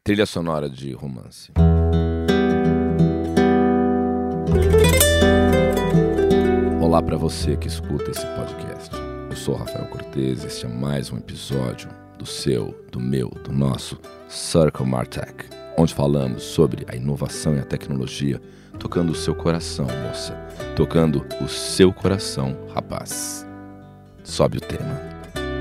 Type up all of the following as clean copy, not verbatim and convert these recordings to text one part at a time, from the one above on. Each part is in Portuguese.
Trilha sonora de romance. Olá para você que escuta esse podcast. Eu sou Rafael Cortez e este é mais um episódio do seu, do meu, do nosso Circle Martech, onde falamos sobre a inovação e a tecnologia tocando o seu coração, moça. Tocando o seu coração, rapaz. Sobe o tema.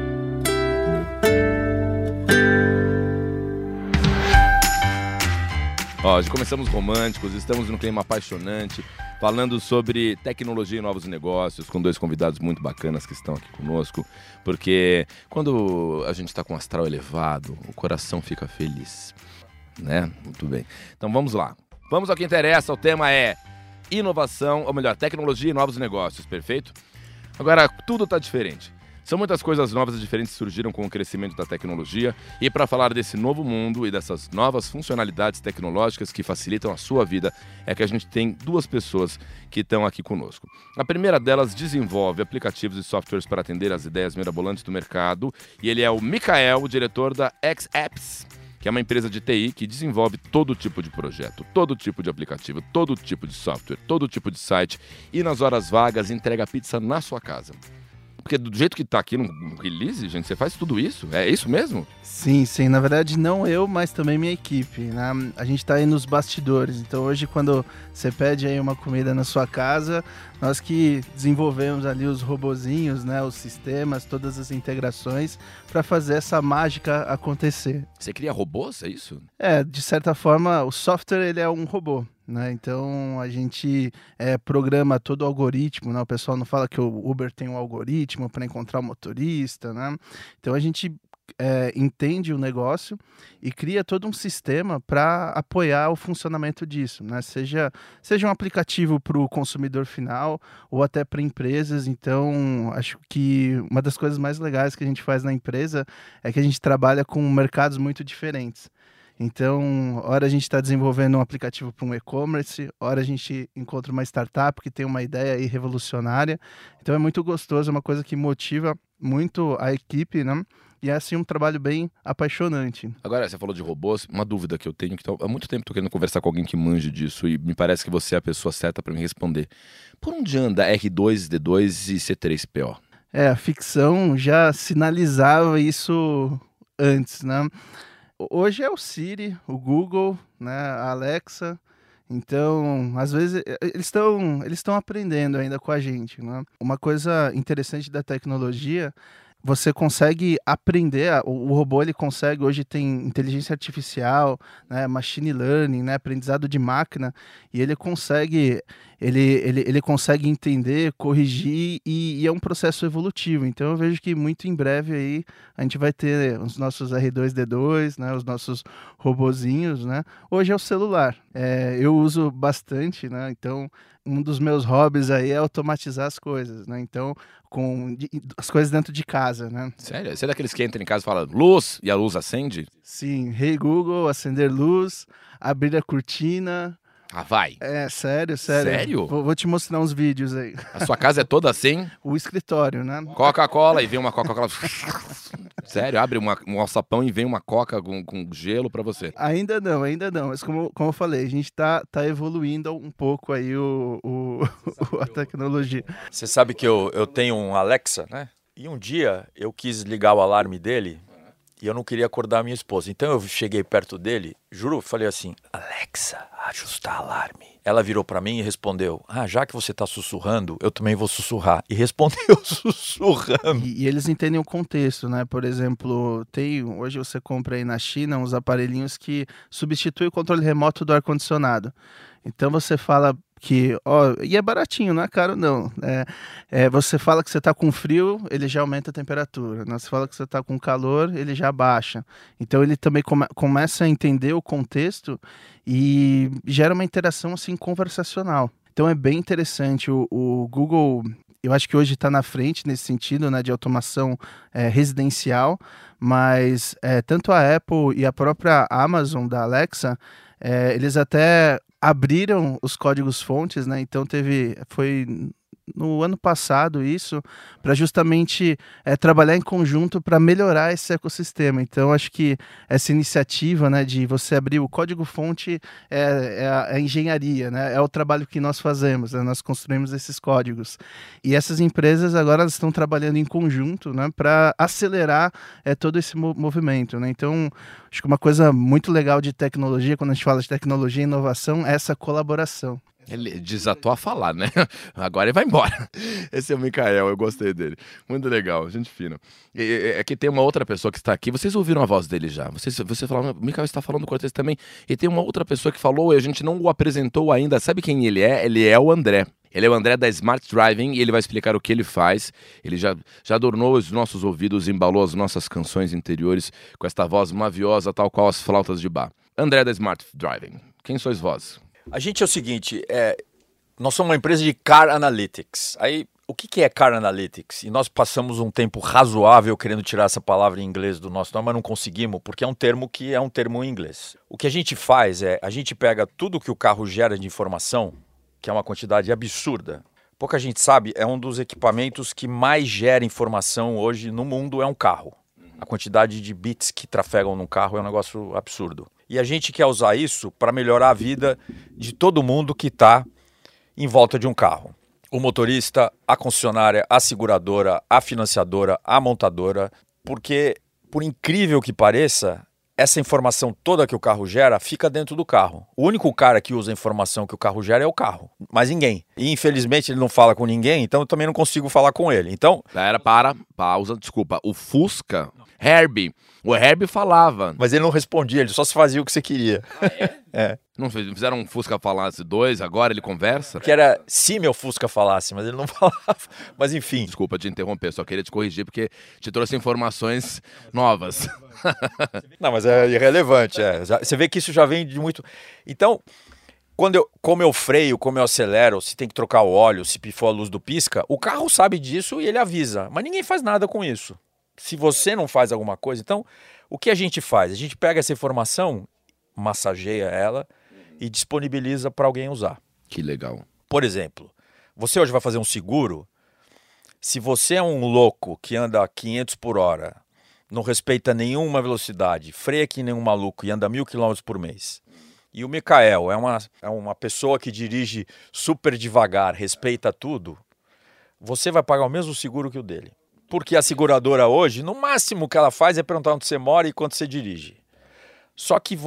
Hoje começamos românticos, estamos num clima apaixonante, falando sobre tecnologia e novos negócios, com dois convidados muito bacanas que estão aqui conosco, porque quando a gente está com o astral elevado, o coração fica feliz, né? Muito bem. Então vamos lá. Vamos ao que interessa, o tema é inovação, ou melhor, tecnologia e novos negócios, perfeito? Agora, tudo está diferente. São muitas coisas novas e diferentes que surgiram com o crescimento da tecnologia, e para falar desse novo mundo e dessas novas funcionalidades tecnológicas que facilitam a sua vida, é que a gente tem duas pessoas que estão aqui conosco. A primeira delas desenvolve aplicativos e softwares para atender às ideias mirabolantes do mercado, e ele é o Mikael, o diretor da X-Apps, que é uma empresa de TI que desenvolve todo tipo de projeto, todo tipo de aplicativo, todo tipo de software, todo tipo de site, e nas horas vagas entrega pizza na sua casa. Porque do jeito que tá aqui no release, gente, você faz tudo isso? É isso mesmo? Sim. Na verdade, não eu, mas também minha equipe, né? A gente tá aí nos bastidores. Então, hoje, quando você pede aí uma comida na sua casa, nós que desenvolvemos ali os robozinhos, né? Os sistemas, todas as integrações para fazer essa mágica acontecer. Você cria robôs, é isso? De certa forma, o software, ele é um robô, né? Então a gente programa todo o algoritmo, né? O pessoal não fala que o Uber tem um algoritmo para encontrar o motorista, né? Então a gente entende o negócio e cria todo um sistema para apoiar o funcionamento disso, né? Seja um aplicativo para o consumidor final ou até para empresas. Então acho que uma das coisas mais legais que a gente faz na empresa é que a gente trabalha com mercados muito diferentes. Então, hora a gente está desenvolvendo um aplicativo para um e-commerce, hora a gente encontra uma startup que tem uma ideia aí revolucionária. Então é muito gostoso, é uma coisa que motiva muito a equipe, né? E é assim um trabalho bem apaixonante. Agora, você falou de robôs, uma dúvida que eu tenho, que há muito tempo estou querendo conversar com alguém que manje disso e me parece que você é a pessoa certa para me responder. Por onde anda R2-D2 e C3PO? A ficção já sinalizava isso antes, né? Hoje é o Siri, o Google, né, a Alexa. Então, às vezes, eles estão aprendendo ainda com a gente, né? Uma coisa interessante da tecnologia, você consegue aprender, o robô ele consegue, hoje tem inteligência artificial, né, machine learning, né, aprendizado de máquina, e ele consegue entender, corrigir, e é um processo evolutivo. Então eu vejo que muito em breve aí a gente vai ter os nossos R2-D2, né, os nossos robozinhos, né? Hoje é o celular, eu uso bastante, né? Então um dos meus hobbies aí é automatizar as coisas, né? Então, as coisas dentro de casa, né? Sério? Você é daqueles que entram em casa e falam luz e a luz acende? Sim, Hey Google, acender luz, abrir a cortina. Ah, vai! Sério. Sério? Vou te mostrar uns vídeos aí. A sua casa é toda assim? O escritório, né? Coca-Cola e vem uma Coca-Cola. Sério? Abre um alçapão e vem uma Coca com gelo pra você. Ainda não. Mas como eu falei, a gente tá evoluindo um pouco aí a tecnologia. Você sabe que eu tenho um Alexa, né? E um dia eu quis ligar o alarme dele e eu não queria acordar a minha esposa. Então eu cheguei perto dele, juro, falei assim, Alexa, ajustar alarme. Ela virou pra mim e respondeu, já que você tá sussurrando, eu também vou sussurrar. E respondeu sussurrando. E eles entendem o contexto, né? Por exemplo, hoje você compra aí na China uns aparelhinhos que substituem o controle remoto do ar-condicionado. Então você fala que, e é baratinho, não é caro não. Você fala que você está com frio, ele já aumenta a temperatura. Né? Você fala que você está com calor, ele já abaixa. Então ele também começa a entender o contexto e gera uma interação assim conversacional. Então é bem interessante. O Google, eu acho que hoje está na frente nesse sentido, né, de automação residencial, mas tanto a Apple e a própria Amazon da Alexa, eles até abriram os códigos fontes, né? Então no ano passado isso, para justamente trabalhar em conjunto para melhorar esse ecossistema. Então, acho que essa iniciativa, né, de você abrir o código-fonte é a engenharia, né, é o trabalho que nós fazemos, né, nós construímos esses códigos. E essas empresas agora elas estão trabalhando em conjunto, né, para acelerar todo esse movimento. Né? Então, acho que uma coisa muito legal de tecnologia, quando a gente fala de tecnologia e inovação, é essa colaboração. Ele desatou a falar, né? Agora ele vai embora. Esse é o Mikael, eu gostei dele. Muito legal, gente fina. É que tem uma outra pessoa que está aqui. Vocês ouviram a voz dele já? Você falou, o Mikael está falando com vocês também. E tem uma outra pessoa que falou e a gente não o apresentou ainda. Sabe quem ele é? Ele é o André. Ele é o André da Smart Driving e ele vai explicar o que ele faz. Ele já adornou os nossos ouvidos, embalou as nossas canções interiores com esta voz maviosa, tal qual as flautas de Bach. André da Smart Driving. Quem sois vós? A gente é o seguinte, nós somos uma empresa de Car Analytics. Aí, o que é Car Analytics? E nós passamos um tempo razoável querendo tirar essa palavra em inglês do nosso nome, mas não conseguimos, porque é um termo que é um termo em inglês. O que a gente faz a gente pega tudo que o carro gera de informação, que é uma quantidade absurda. Pouca gente sabe, é um dos equipamentos que mais gera informação hoje no mundo é um carro. A quantidade de bits que trafegam num carro é um negócio absurdo. E a gente quer usar isso para melhorar a vida de todo mundo que está em volta de um carro. O motorista, a concessionária, a seguradora, a financiadora, a montadora. Porque, por incrível que pareça, essa informação toda que o carro gera fica dentro do carro. O único cara que usa a informação que o carro gera é o carro, mas ninguém. E infelizmente ele não fala com ninguém, então eu também não consigo falar com ele. Então, Pausa, desculpa. O Fusca, Herbie. O Herbie falava. Mas ele não respondia, ele só se fazia o que você queria. Ah, é? É. Não fizeram um Fusca falasse 2, agora ele conversa? Que era se meu Fusca falasse, mas ele não falava. Mas enfim. Desculpa te interromper, só queria te corrigir porque te trouxe informações novas. Não, mas é irrelevante. Você vê que isso já vem de muito... Então, como eu freio, como eu acelero, se tem que trocar o óleo, se pifou a luz do pisca, o carro sabe disso e ele avisa. Mas ninguém faz nada com isso. Se você não faz alguma coisa, então, o que a gente faz? A gente pega essa informação, massageia ela e disponibiliza para alguém usar. Que legal. Por exemplo, você hoje vai fazer um seguro, se você é um louco que anda a 500 por hora, não respeita nenhuma velocidade, freia que nem um maluco e anda 1.000 km por mês, e o Mikael é uma pessoa que dirige super devagar, respeita tudo, você vai pagar o mesmo seguro que o dele. Porque a seguradora hoje, no máximo que ela faz é perguntar onde você mora e quanto você dirige. Só que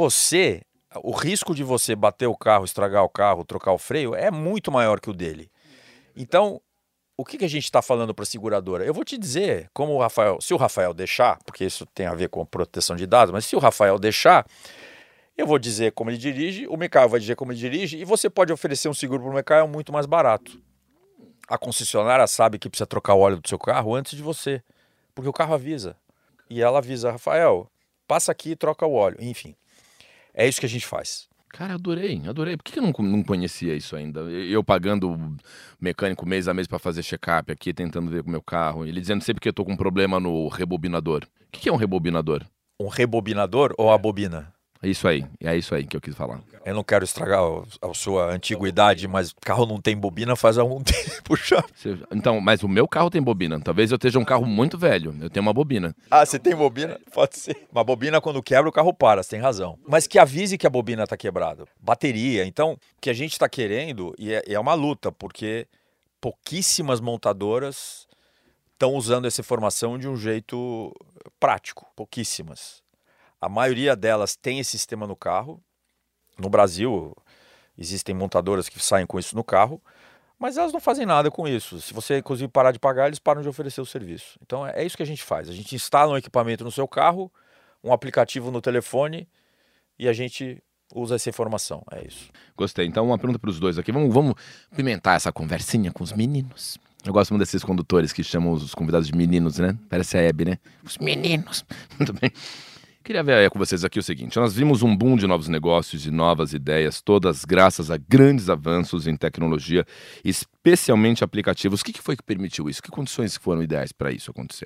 o risco de você bater o carro, estragar o carro, trocar o freio é muito maior que o dele. Então, o que a gente está falando para a seguradora? Eu vou te dizer, se o Rafael deixar, porque isso tem a ver com proteção de dados, mas se o Rafael deixar, eu vou dizer como ele dirige, o Mikael vai dizer como ele dirige, e você pode oferecer um seguro para o Mikael muito mais barato. A concessionária sabe que precisa trocar o óleo do seu carro antes de você, porque o carro avisa. E ela avisa, Rafael, passa aqui e troca o óleo. Enfim, é isso que a gente faz. Cara, adorei. Por que eu não conhecia isso ainda? Eu pagando mecânico mês a mês para fazer check-up aqui, tentando ver com o meu carro. Ele dizendo sempre que eu tô com um problema no rebobinador. O que é um rebobinador? Um rebobinador ou a bobina? É isso aí que eu quis falar. Eu não quero estragar a sua antiguidade, mas carro não tem bobina faz algum tempo já. Então, mas o meu carro tem bobina. Talvez eu esteja um carro muito velho. Eu tenho uma bobina. Ah, você tem bobina? Pode ser. Uma bobina, quando quebra, o carro para, você tem razão. Mas que avise que a bobina está quebrada. Bateria. Então, o que a gente está querendo, e é uma luta, porque pouquíssimas montadoras estão usando essa informação de um jeito prático. Pouquíssimas. A maioria delas tem esse sistema no carro. No Brasil, existem montadoras que saem com isso no carro, mas elas não fazem nada com isso. Se você, inclusive, parar de pagar, eles param de oferecer o serviço. Então, é isso que a gente faz. A gente instala um equipamento no seu carro, um aplicativo no telefone, e a gente usa essa informação. É isso. Gostei. Então, uma pergunta para os dois aqui. Vamos pimentar essa conversinha com os meninos. Eu gosto muito desses condutores que chamam os convidados de meninos, né? Parece a Hebe, né? Os meninos. Muito bem. Queria ver com vocês aqui o seguinte, nós vimos um boom de novos negócios e novas ideias, todas graças a grandes avanços em tecnologia, especialmente aplicativos. O que foi que permitiu isso? Que condições foram ideais para isso acontecer?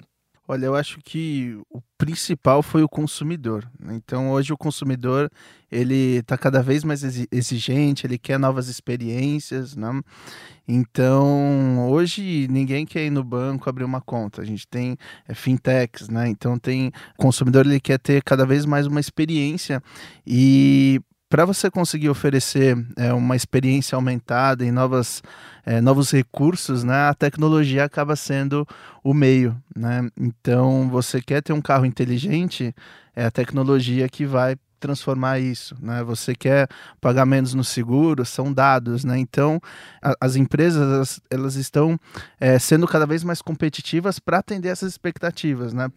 Olha, eu acho que o principal foi o consumidor, né. Então hoje o consumidor, ele está cada vez mais exigente, ele quer novas experiências, né. Então hoje ninguém quer ir no banco abrir uma conta, a gente tem, fintechs, né, então tem o consumidor, ele quer ter cada vez mais uma experiência e para você conseguir oferecer, uma experiência aumentada em novos recursos, né, a tecnologia acaba sendo o meio, né. Então você quer ter um carro inteligente, é a tecnologia que vai transformar isso, né. Você quer pagar menos no seguro, são dados, né. Então as empresas elas estão, sendo cada vez mais competitivas para atender essas expectativas, né,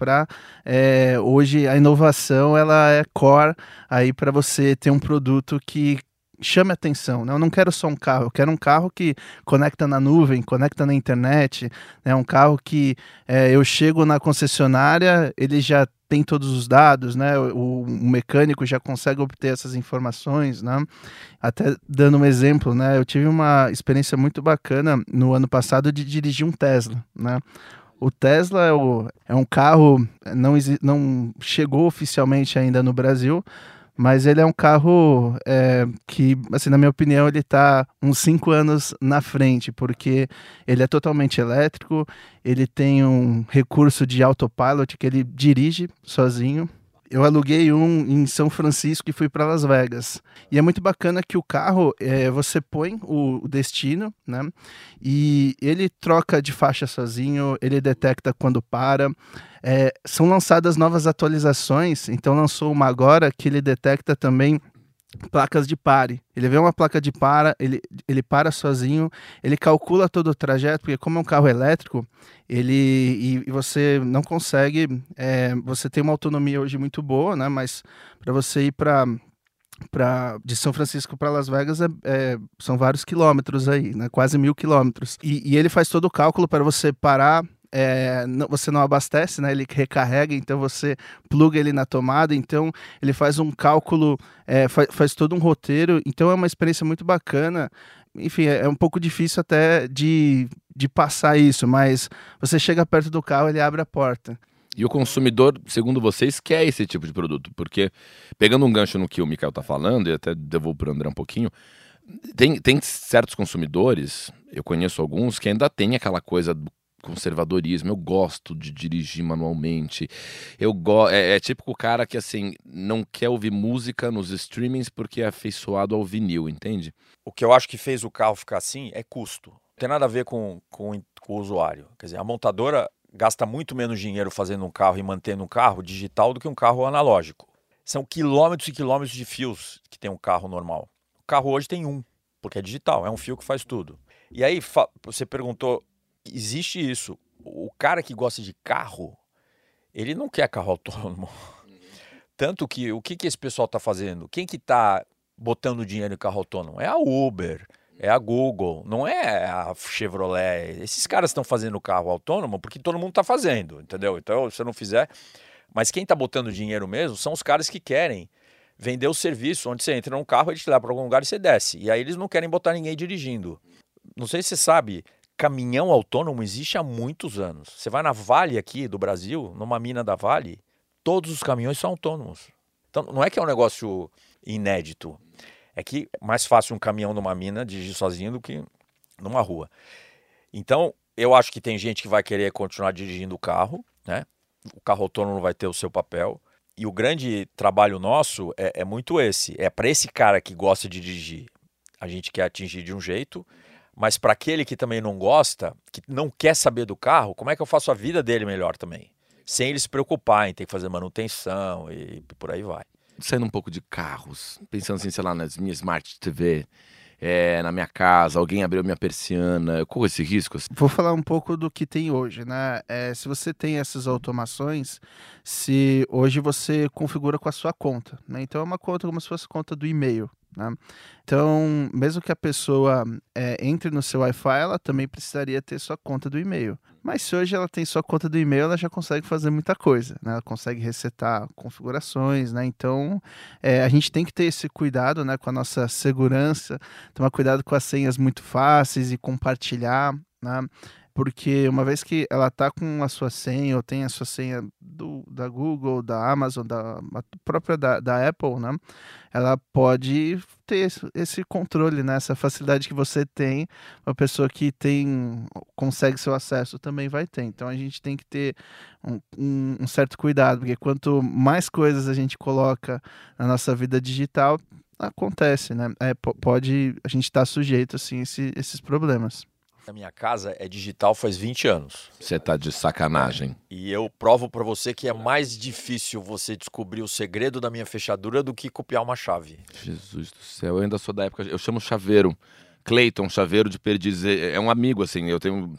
hoje a inovação ela é core aí para você ter um produto que chame atenção, né. Eu não quero só um carro, eu quero um carro que conecta na nuvem, conecta na internet, né, um carro que, eu chego na concessionária, ele já tem todos os dados, né, o mecânico já consegue obter essas informações, né. Até dando um exemplo, né, eu tive uma experiência muito bacana no ano passado de dirigir um Tesla, né. O Tesla é um carro, não chegou oficialmente ainda no Brasil, mas ele é um carro, que, assim, na minha opinião, ele está uns 5 anos na frente, porque ele é totalmente elétrico, ele tem um recurso de autopilot que ele dirige sozinho. Eu aluguei um em São Francisco e fui para Las Vegas. E é muito bacana que o carro, você põe o destino, né, e ele troca de faixa sozinho, ele detecta quando para. São lançadas novas atualizações, então lançou uma agora que ele detecta também placas de pare. Ele vê uma placa de para, ele para sozinho, ele calcula todo o trajeto, porque como é um carro elétrico, e você não consegue, você tem uma autonomia hoje muito boa, né, mas para você ir de São Francisco para Las Vegas são vários quilômetros aí, né, quase 1.000 quilômetros. E ele faz todo o cálculo para você parar, você não abastece, né, ele recarrega, então você pluga ele na tomada, então ele faz um cálculo, faz todo um roteiro, então é uma experiência muito bacana. Enfim, é um pouco difícil até de passar isso, mas você chega perto do carro, ele abre a porta. E o consumidor, segundo vocês, quer esse tipo de produto, porque, pegando um gancho no que o Mikael está falando, e até devolvo para o André um pouquinho, tem certos consumidores, eu conheço alguns, que ainda tem aquela coisa do conservadorismo. Eu gosto de dirigir manualmente. É típico o cara que, assim, não quer ouvir música nos streamings porque é afeiçoado ao vinil, entende? O que eu acho que fez o carro ficar assim é custo. Não tem nada a ver com o usuário. Quer dizer, a montadora gasta muito menos dinheiro fazendo um carro e mantendo um carro digital do que um carro analógico. São quilômetros e quilômetros de fios que tem um carro normal. O carro hoje tem um, porque é digital, é um fio que faz tudo. E aí você perguntou, existe isso. O cara que gosta de carro, ele não quer carro autônomo. Tanto que o que esse pessoal está fazendo? Quem que está botando dinheiro em carro autônomo? É a Uber, é a Google, não é a Chevrolet. Esses caras estão fazendo carro autônomo porque todo mundo está fazendo, entendeu? Então, se eu não fizer... Mas quem está botando dinheiro mesmo são os caras que querem vender o serviço, onde você entra num carro, ele te leva para algum lugar e você desce. E aí eles não querem botar ninguém dirigindo. Não sei se você sabe, caminhão autônomo existe há muitos anos. Você vai na Vale aqui do Brasil, numa mina da Vale, todos os caminhões são autônomos. Então não é que é um negócio inédito. É que é mais fácil um caminhão numa mina dirigir sozinho do que numa rua. Então eu acho que tem gente que vai querer continuar dirigindo o carro, né? O carro autônomo vai ter o seu papel. E o grande trabalho nosso é muito esse. É para esse cara que gosta de dirigir, a gente quer atingir de um jeito, mas para aquele que também não gosta, que não quer saber do carro, como é que eu faço a vida dele melhor também? Sem ele se preocupar em ter que fazer manutenção e por aí vai. Saindo um pouco de carros, pensando assim, sei lá, nas minhas Smart TV, na minha casa, alguém abriu minha persiana, eu corro esse risco? Vou falar um pouco do que tem hoje, né? Se você tem essas automações, se hoje você configura com a sua conta, né? Então é uma conta como se fosse conta do e-mail, né? Então, mesmo que a pessoa entre no seu Wi-Fi, ela também precisaria ter sua conta do e-mail. Mas se hoje ela tem sua conta do e-mail, ela já consegue fazer muita coisa, né? Ela consegue resetar configurações, né? Então, a gente tem que ter esse cuidado, né, com a nossa segurança, tomar cuidado com as senhas muito fáceis e compartilhar, né? porque uma vez que ela está com a sua senha, ou tem a sua senha da Google, da Amazon, da própria da Apple, né? Ela pode ter esse controle, né? Essa facilidade que você tem, uma pessoa que consegue seu acesso também vai ter. Então a gente tem que ter um certo cuidado, porque quanto mais coisas a gente coloca na nossa vida digital, acontece, né? A gente está sujeito, assim, a esses problemas. A minha casa é digital faz 20 anos. Você tá de sacanagem. E eu provo pra você que é mais difícil você descobrir o segredo da minha fechadura do que copiar uma chave. Jesus do céu, eu ainda sou da época... Eu chamo chaveiro. Clayton, chaveiro de perdiz. É um amigo, assim. Eu tenho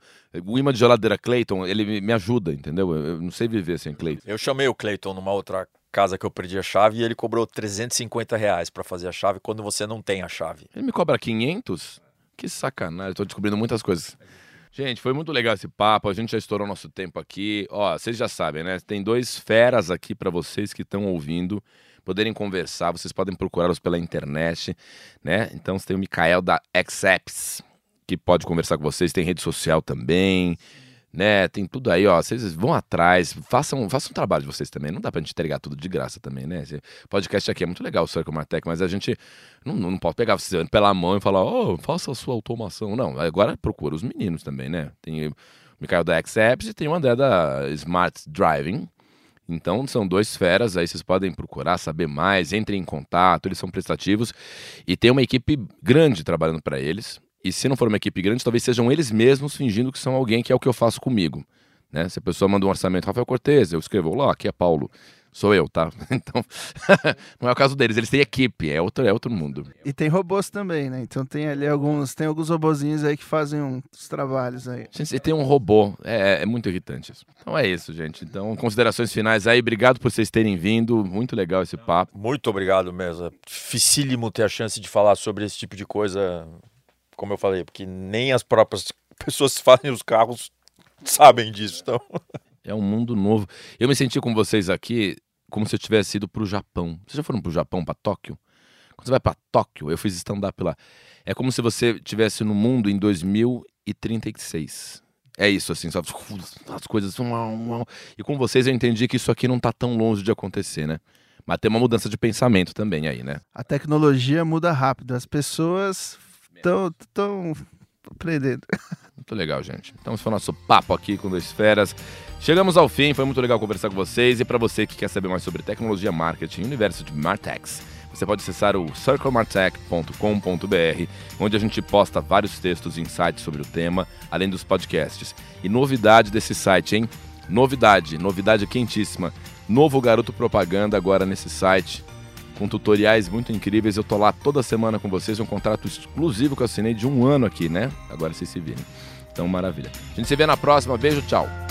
o imã de geladeira Clayton, ele me ajuda, entendeu? Eu não sei viver sem Clayton. Eu chamei o Clayton numa outra casa que eu perdi a chave e ele cobrou R$350 pra fazer a chave quando você não tem a chave. Ele me cobra 500? Que sacanagem, tô descobrindo muitas coisas. Gente, foi muito legal esse papo, a gente já estourou nosso tempo aqui. Ó, vocês já sabem, né? Tem 2 feras aqui para vocês que estão ouvindo, poderem conversar, vocês podem procurá-los pela internet, né? Então você tem o Mikael da X-Apps, que pode conversar com vocês, tem rede social também, né? Tem tudo aí, ó. Vocês vão atrás, façam o trabalho de vocês também. Não dá pra gente entregar tudo de graça também, né? Esse podcast aqui é muito legal, o Circle Martech, mas a gente não pode pegar você pela mão e falar, faça a sua automação. Não, agora procura os meninos também, né? Tem o Mikael da X-Apps e tem o André da Smart Driving. Então são 2 feras, aí vocês podem procurar, saber mais, entrem em contato, eles são prestativos e tem uma equipe grande trabalhando para eles. E se não for uma equipe grande, talvez sejam eles mesmos fingindo que são alguém, que é o que eu faço comigo, né? Se a pessoa manda um orçamento, Rafael Cortez, eu escrevo, olá, aqui é Paulo, sou eu, tá? Então, não é o caso deles, eles têm equipe, é outro mundo. E tem robôs também, né? Então tem ali alguns robozinhos aí que fazem uns trabalhos aí. Gente, tem um robô, é muito irritante isso. Então é isso, gente. Então, considerações finais aí, obrigado por vocês terem vindo, muito legal esse papo. Muito obrigado mesmo, é dificílimo ter a chance de falar sobre esse tipo de coisa, como eu falei, porque nem as próprias pessoas que fazem os carros sabem disso, então... É um mundo novo. Eu me senti com vocês aqui como se eu tivesse ido pro Japão. Vocês já foram pro Japão, pra Tóquio? Quando você vai pra Tóquio, eu fiz stand-up lá. É como se você estivesse no mundo em 2036. É isso, assim, sabe? As coisas... E com vocês eu entendi que isso aqui não tá tão longe de acontecer, né? Mas tem uma mudança de pensamento também aí, né? A tecnologia muda rápido. As pessoas estão aprendendo. Muito legal, gente. Então esse foi o nosso papo aqui com 2 feras. Chegamos ao fim, foi muito legal conversar com vocês. E para você que quer saber mais sobre tecnologia, marketing e universo de Martechs, você pode acessar o circlemartech.com.br, onde a gente posta vários textos e insights sobre o tema, além dos podcasts. E novidade desse site, hein? Novidade quentíssima. Novo garoto propaganda agora nesse site, com tutoriais muito incríveis. Eu tô lá toda semana com vocês, um contrato exclusivo que eu assinei de 1 ano aqui, né? Agora vocês se virem. Então, maravilha. A gente se vê na próxima. Beijo, tchau.